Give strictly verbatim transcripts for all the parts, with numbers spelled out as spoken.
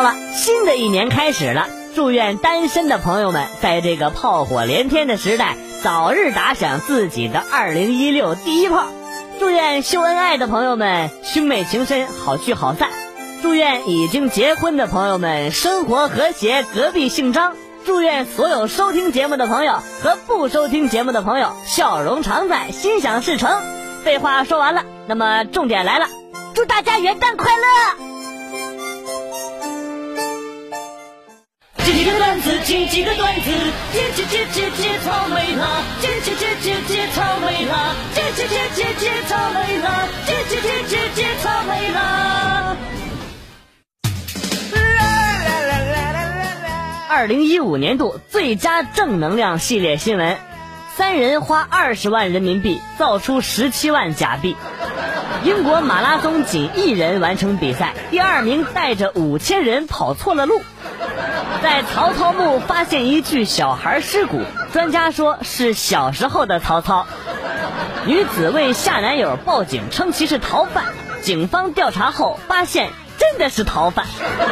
了，新的一年开始了，祝愿单身的朋友们在这个炮火连天的时代早日打响自己的二零一六第一炮。祝愿秀恩爱的朋友们兄妹情深，好聚好散。祝愿已经结婚的朋友们生活和谐，隔壁姓张。祝愿所有收听节目的朋友和不收听节目的朋友笑容常在，心想事成。废话说完了，那么重点来了，祝大家元旦快乐！ 记几个段子，记几个段子，记记记记记草莓了，记记记记记草莓了，记记记记记草莓了，记记记记记草莓了。 二零一五年度最佳正能量系列新闻：三人花二十万人民币造出十七万假币。英国马拉松仅一人完成比赛，第二名带着五千人跑错了路。在曹操墓发现一具小孩尸骨，专家说是小时候的曹操。女子为夏男友报警称其是逃犯，警方调查后发现真的是逃犯。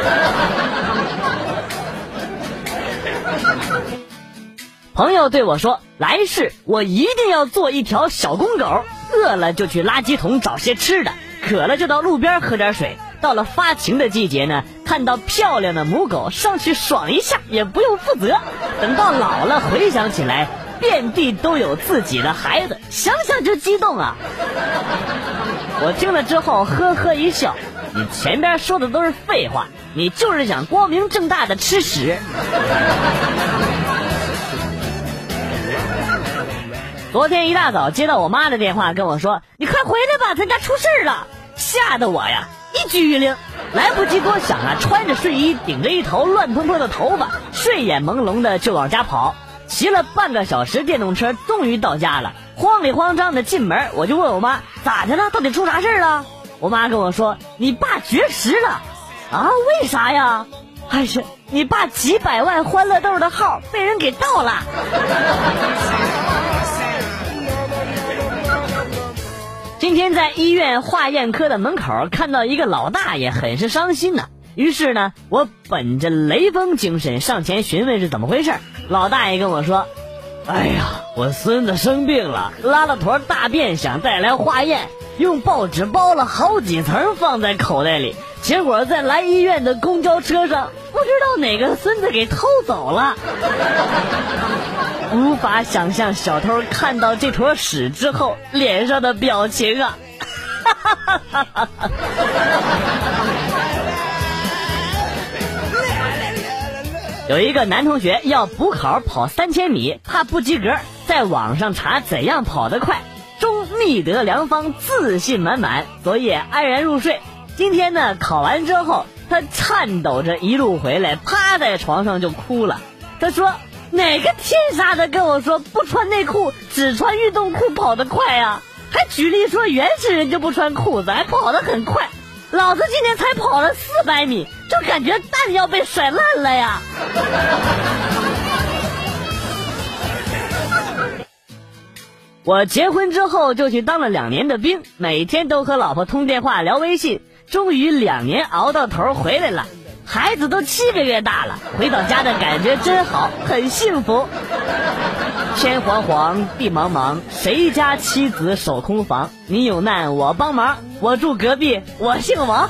朋友对我说，来世我一定要做一条小公狗，饿了就去垃圾桶找些吃的，渴了就到路边喝点水，到了发情的季节呢，看到漂亮的母狗上去爽一下也不用负责，等到老了回想起来遍地都有自己的孩子，想想就激动啊。我听了之后呵呵一笑，你前边说的都是废话，你就是想光明正大的吃屎。昨天一大早接到我妈的电话跟我说，你快回来吧，咱家出事了。吓得我呀一激一灵，来不及多想啊，穿着睡衣顶着一头乱蓬蓬的头发，睡眼朦胧的就往家跑。骑了半个小时电动车终于到家了，慌里慌张的进门，我就问我妈咋的了，到底出啥事了？我妈跟我说，你爸绝食了。啊，为啥呀？还是你爸几百万欢乐豆的号被人给盗了。今天在医院化验科的门口看到一个老大爷，很是伤心呢、啊。于是呢，我本着雷锋精神上前询问是怎么回事。老大爷跟我说，哎呀，我孙子生病了，拉了坨大便想带来化验，用报纸包了好几层放在口袋里，结果在来医院的公交车上不知道哪个孙子给偷走了。无法想象小偷看到这坨屎之后脸上的表情啊！有一个男同学要补考跑三千米，怕不及格，在网上查怎样跑得快，终觅得良方，自信满满，昨夜安然入睡。今天呢，考完之后他颤抖着一路回来，趴在床上就哭了。他说，哪个天杀的跟我说不穿内裤只穿运动裤跑得快啊？还举例说原始人就不穿裤子还跑得很快，老子今天才跑了四百米就感觉蛋要被甩烂了呀。我结婚之后就去当了两年的兵，每天都和老婆通电话聊微信，终于两年熬到头回来了，孩子都七个月大了，回到家的感觉真好，很幸福。天黄黄地茫茫，谁家妻子守空房？你有难我帮忙，我住隔壁，我姓王。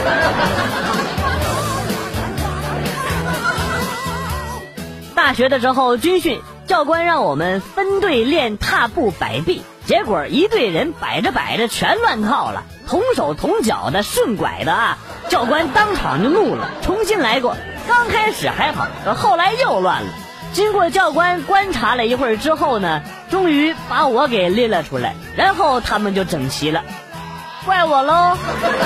大学的时候军训，教官让我们分队练踏步摆臂，结果一队人摆着摆着全乱套了，同手同脚的顺拐的啊！教官当场就怒了，重新来过。刚开始还好，后来又乱了。经过教官观察了一会儿之后呢，终于把我给拎了出来，然后他们就整齐了，怪我喽。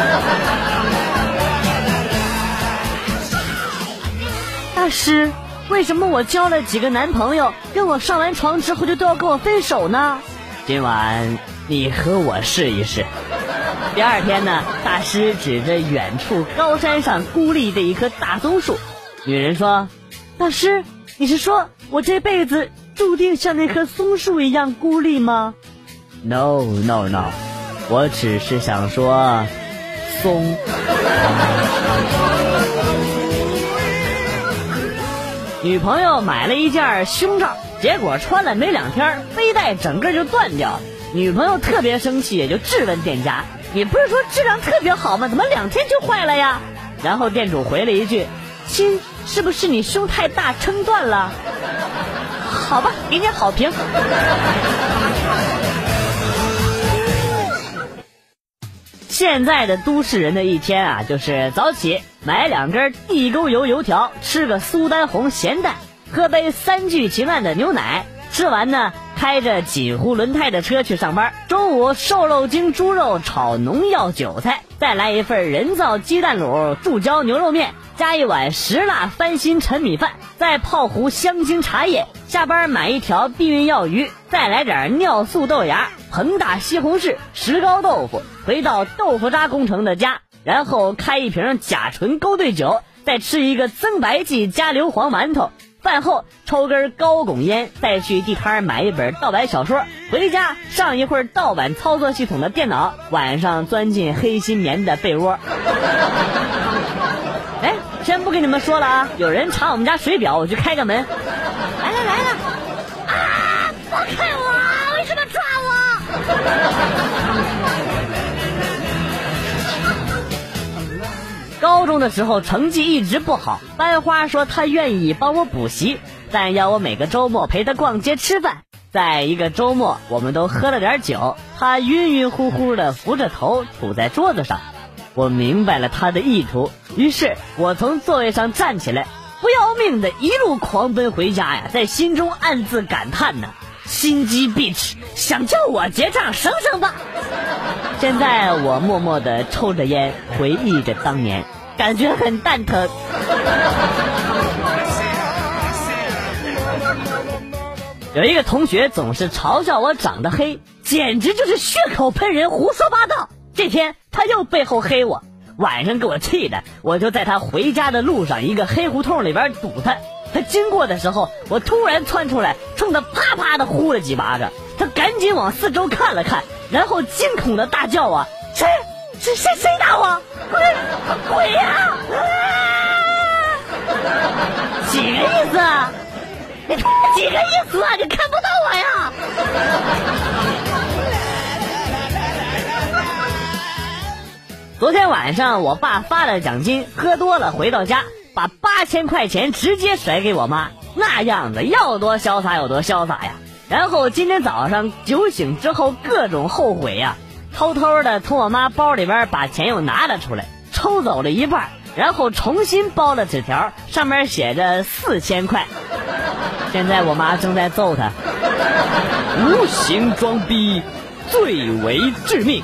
大师，为什么我交了几个男朋友，跟我上完床之后就都要跟我分手呢？今晚你和我试一试。第二天呢，大师指着远处高山上孤立的一棵大松树，女人说，大师，你是说我这辈子注定像那棵松树一样孤立吗？ No no no， 我只是想说松。 女朋友买了一件胸罩，结果穿了没两天，背带整个就断掉。女朋友特别生气，也就质问店家：“你不是说质量特别好吗？怎么两天就坏了呀？”然后店主回了一句：“亲，是不是你胸太大撑断了？”好吧，给你好评。现在的都市人的一天啊，就是早起买两根地沟油油条，吃个苏丹红咸蛋，喝杯三聚氰胺的牛奶，吃完呢开着锦湖轮胎的车去上班。中午瘦肉精猪肉炒农药韭菜，再来一份人造鸡蛋卤注胶牛肉面，加一碗石辣翻新陈米饭，再泡壶香精茶叶。下班买一条避孕药鱼，再来点尿素豆芽、膨大西红柿、石膏豆腐，回到豆腐渣工程的家，然后开一瓶甲醇勾兑酒，再吃一个增白剂加硫磺馒头。饭后抽根高汞烟，再去地摊买一本盗版小说，回家上一会儿盗版操作系统的电脑，晚上钻进黑心棉的被窝。哎，先不跟你们说了啊，有人查我们家水表，我去开个门。来了来了！啊！放开我！为什么抓我？高中的时候成绩一直不好，班花说她愿意帮我补习，但要我每个周末陪她逛街吃饭。在一个周末，我们都喝了点酒，她晕晕乎乎的扶着头吐在桌子上。我明白了她的意图，于是我从座位上站起来，不要命的一路狂奔回家呀，在心中暗自感叹呢，心机 bitch， 想叫我结账省省吧。现在我默默地抽着烟，回忆着当年，感觉很蛋疼。有一个同学总是嘲笑我长得黑，简直就是血口喷人，胡说八道。这天他又背后黑我，晚上给我气的，我就在他回家的路上一个黑胡同里边堵他。他经过的时候，我突然窜出来，冲他啪啪的呼了几巴掌。他赶紧往四周看了看，然后惊恐的大叫啊：“谁？谁谁谁打我？鬼鬼呀！”啊、几个意思啊？你几个意思啊？你看不到我呀？昨天晚上我爸发了奖金，喝多了回到家，把八千块钱直接甩给我妈，那样子要多潇洒有多潇洒呀。然后今天早上酒醒之后各种后悔呀，偷偷的从我妈包里边把钱又拿了出来，抽走了一半，然后重新包了纸条，上面写着四千块。现在我妈正在揍他，无形装逼最为致命。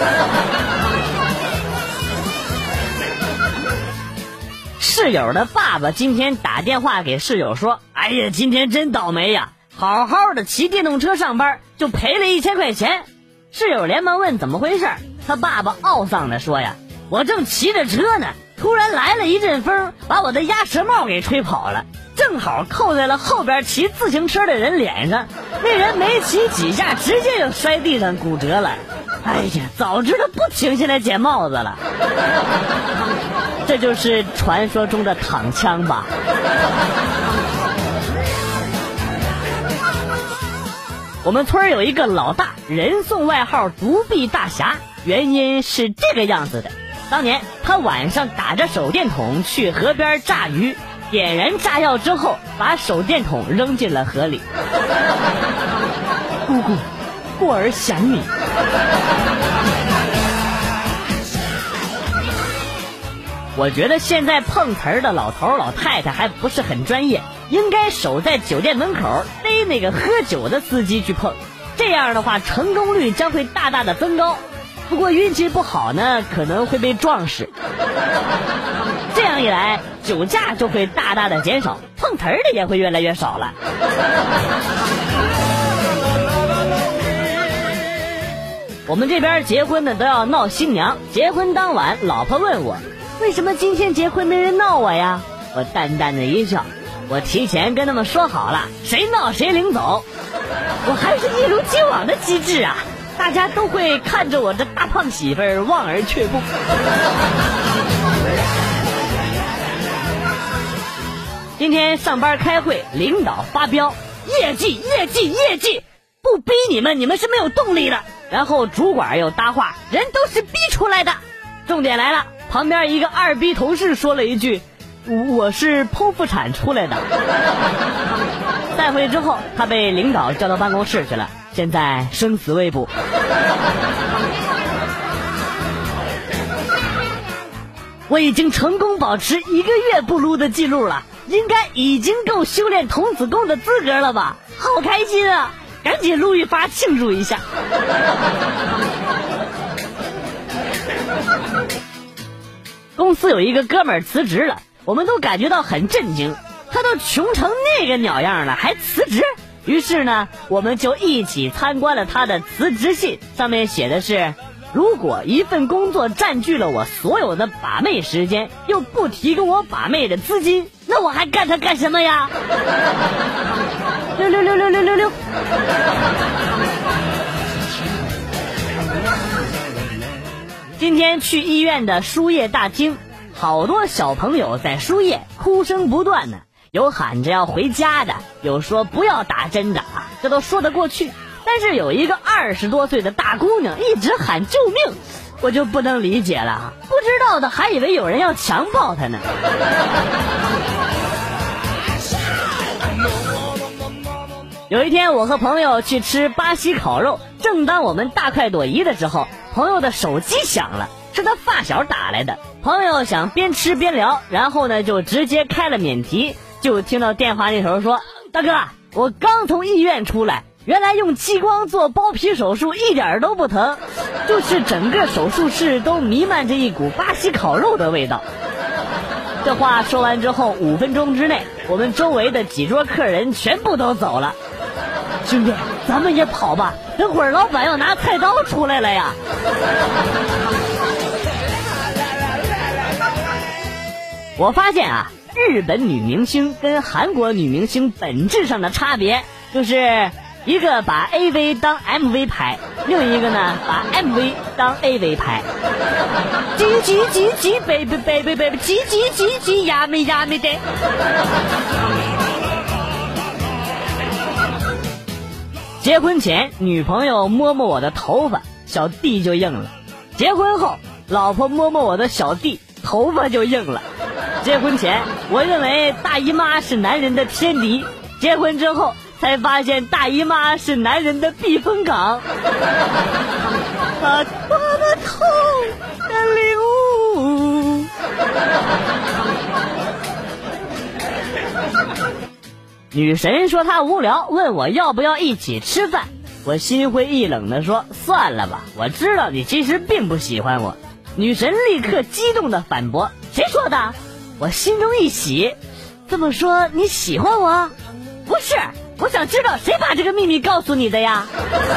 室友的爸爸今天打电话给室友说：“哎呀，今天真倒霉呀！好好的骑电动车上班，就赔了一千块钱。”室友连忙问怎么回事，他爸爸懊丧地说呀：“我正骑着车呢，突然来了一阵风，把我的鸭舌帽给吹跑了，正好扣在了后边骑自行车的人脸上，那人没骑几下，直接就摔地上骨折了。哎呀，早知道不停下来捡帽子了。”这就是传说中的躺枪吧。我们村有一个老大，人送外号独臂大侠，原因是这个样子的。当年他晚上打着手电筒去河边炸鱼，点燃炸药之后把手电筒扔进了河里。姑姑，过儿想你。我觉得现在碰瓷儿的老头老太太还不是很专业，应该守在酒店门口逮那个喝酒的司机去碰，这样的话成功率将会大大的增高。不过运气不好呢，可能会被撞死。这样一来，酒驾就会大大的减少，碰瓷儿的也会越来越少了。我们这边结婚的都要闹新娘，结婚当晚，老婆问我，为什么今天结婚没人闹我呀？我淡淡的一笑，我提前跟他们说好了，谁闹谁领走。我还是一如既往的机智啊，大家都会看着我这大胖媳妇儿望而却步。 今天上班开会，领导发飙，业绩业绩业绩，不逼你们你们是没有动力的。然后主管又搭话，人都是逼出来的。重点来了，旁边一个二逼同事说了一句，我是剖腹产出来的。散会之后，他被领导叫到办公室去了，现在生死未卜。我已经成功保持一个月不撸的记录了，应该已经够修炼童子功的资格了吧？好开心啊！赶紧撸一发庆祝一下。公司有一个哥们儿辞职了，我们都感觉到很震惊，他都穷成那个鸟样了还辞职。于是呢，我们就一起参观了他的辞职信，上面写的是，如果一份工作占据了我所有的把妹时间，又不提供我把妹的资金，那我还干它干什么呀？六六六六六六六。今天去医院的输液大厅，好多小朋友在输液，哭声不断呢，有喊着要回家的，有说不要打针的啊，这都说得过去。但是有一个二十多岁的大姑娘一直喊救命，我就不能理解了，不知道的还以为有人要强暴她呢。有一天我和朋友去吃巴西烤肉，正当我们大快朵颐的时候，朋友的手机响了，是他发小打来的。朋友想边吃边聊，然后呢就直接开了免提，就听到电话那头说，大哥，我刚从医院出来，原来用激光做包皮手术一点都不疼，就是整个手术室都弥漫着一股巴西烤肉的味道。这话说完之后，五分钟之内，我们周围的几桌客人全部都走了。兄弟，咱们也跑吧，等会儿老板要拿菜刀出来了呀。我发现啊，日本女明星跟韩国女明星本质上的差别，就是一个把 A V 当 M V 拍，另一个呢把 M V 当 A V 拍。叽叽叽叽 baby baby baby 叽叽叽叽呀咪呀咪的。结婚前女朋友摸摸我的头发，小弟就硬了；结婚后老婆摸摸我的小弟，头发就硬了。结婚前我认为大姨妈是男人的天敌，结婚之后才发现大姨妈是男人的避风港。把多么痛的领悟。女神说她无聊，问我要不要一起吃饭。我心灰意冷地说，算了吧，我知道你其实并不喜欢我。女神立刻激动地反驳，谁说的？我心中一喜，这么说你喜欢我？不是，我想知道谁把这个秘密告诉你的呀？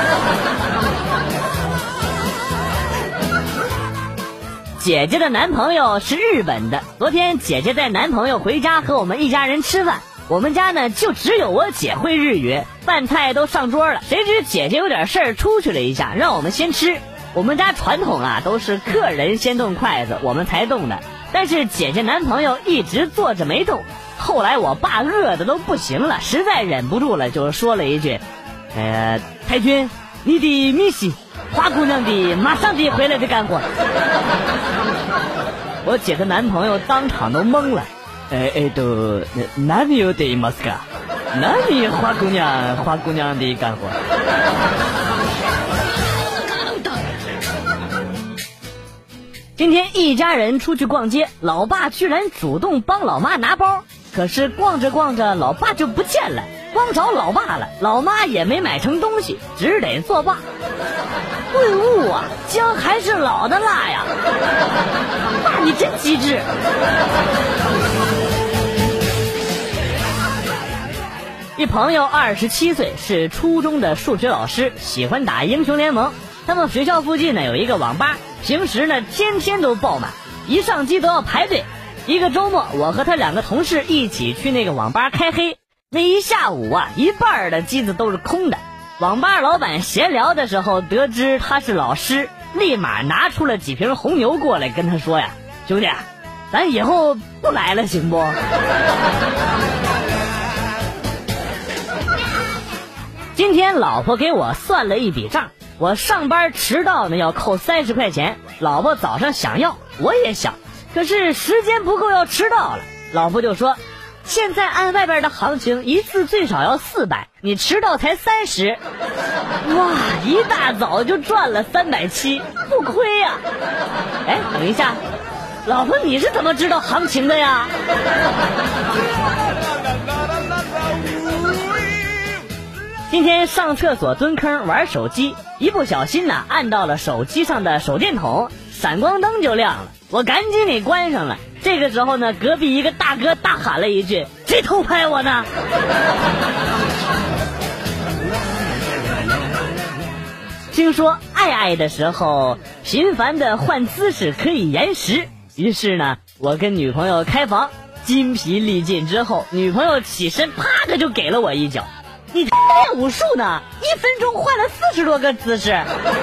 姐姐的男朋友是日本的，昨天姐姐带男朋友回家和我们一家人吃饭，我们家呢就只有我姐会日语，饭菜都上桌了，谁知姐姐有点事儿出去了一下，让我们先吃。我们家传统啊都是客人先动筷子，我们才动的，但是姐姐男朋友一直坐着没动。后来我爸饿的都不行了，实在忍不住了，就说了一句，呃，太君，你的米西花姑娘的马上得回来的干活。我姐的男朋友当场都懵了，ええと何を言いますか？何花姑娘花姑娘的干活？今天一家人出去逛街，老爸居然主动帮老妈拿包，可是逛着逛着老爸就不见了，光找老爸了，老妈也没买成东西，只得作罢。顿悟啊，姜还是老的辣呀！爸你真机智。一朋友二十七岁，是初中的数学老师，喜欢打英雄联盟。他们学校附近呢有一个网吧，平时呢天天都爆满，一上机都要排队。一个周末，我和他两个同事一起去那个网吧开黑，那一下午啊，一半的机子都是空的。网吧老板闲聊的时候得知他是老师，立马拿出了几瓶红牛过来跟他说呀，兄弟，咱以后不来了行不？ 今天老婆给我算了一笔账，我上班迟到呢要扣三十块钱，老婆早上想要，我也想，可是时间不够要迟到了，老婆就说现在按外边的行情一次最少要四百，你迟到才三十，哇，一大早就赚了三百七，不亏呀、啊！哎，等一下，老婆你是怎么知道行情的呀？今天上厕所蹲坑玩手机，一不小心呢按到了手机上的手电筒，闪光灯就亮了，我赶紧给关上了。这个时候呢，隔壁一个大哥大喊了一句：“谁偷拍我呢？”听说爱爱的时候频繁的换姿势可以延时，于是呢，我跟女朋友开房，筋疲力尽之后，女朋友起身啪的就给了我一脚。你练武术呢？一分钟换了四十多个姿势。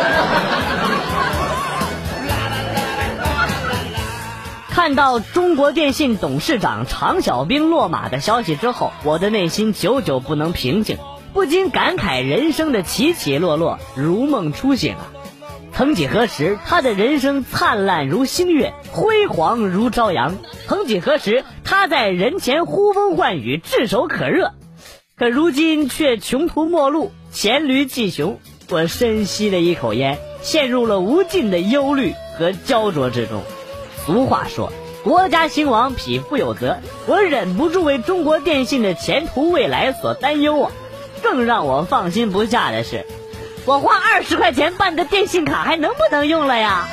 看到中国电信董事长常小兵落马的消息之后，我的内心久久不能平静，不禁感慨人生的起起落落，如梦初醒啊！曾几何时，他的人生灿烂如星月，辉煌如朝阳；曾几何时，他在人前呼风唤雨，炙手可热。可如今却穷途末路，黔驴技穷。我深吸了一口烟，陷入了无尽的忧虑和焦灼之中。俗话说，国家兴亡，匹夫有责。我忍不住为中国电信的前途未来所担忧啊！更让我放心不下的是，我花二十块钱办的电信卡还能不能用了呀？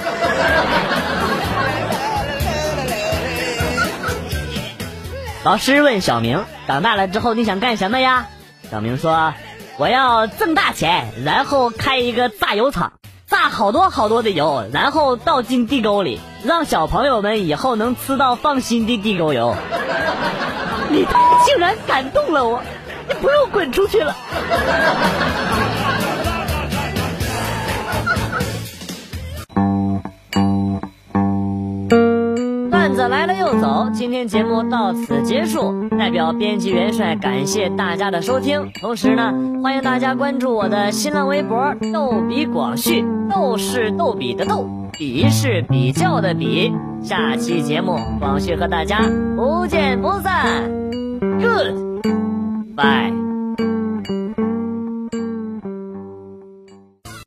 老师问小明，长大了之后你想干什么呀？小明说，我要挣大钱，然后开一个榨油厂，榨好多好多的油，然后倒进地沟里，让小朋友们以后能吃到放心的地沟油。你竟然感动了我，你不用滚出去了。段子来了又走，今天节目到此结束，代表编辑元帅感谢大家的收听，同时呢，欢迎大家关注我的新浪微博逗比广旭，逗是逗比的逗，比是比较的比。下期节目广旭和大家不见不散 ，Goodbye。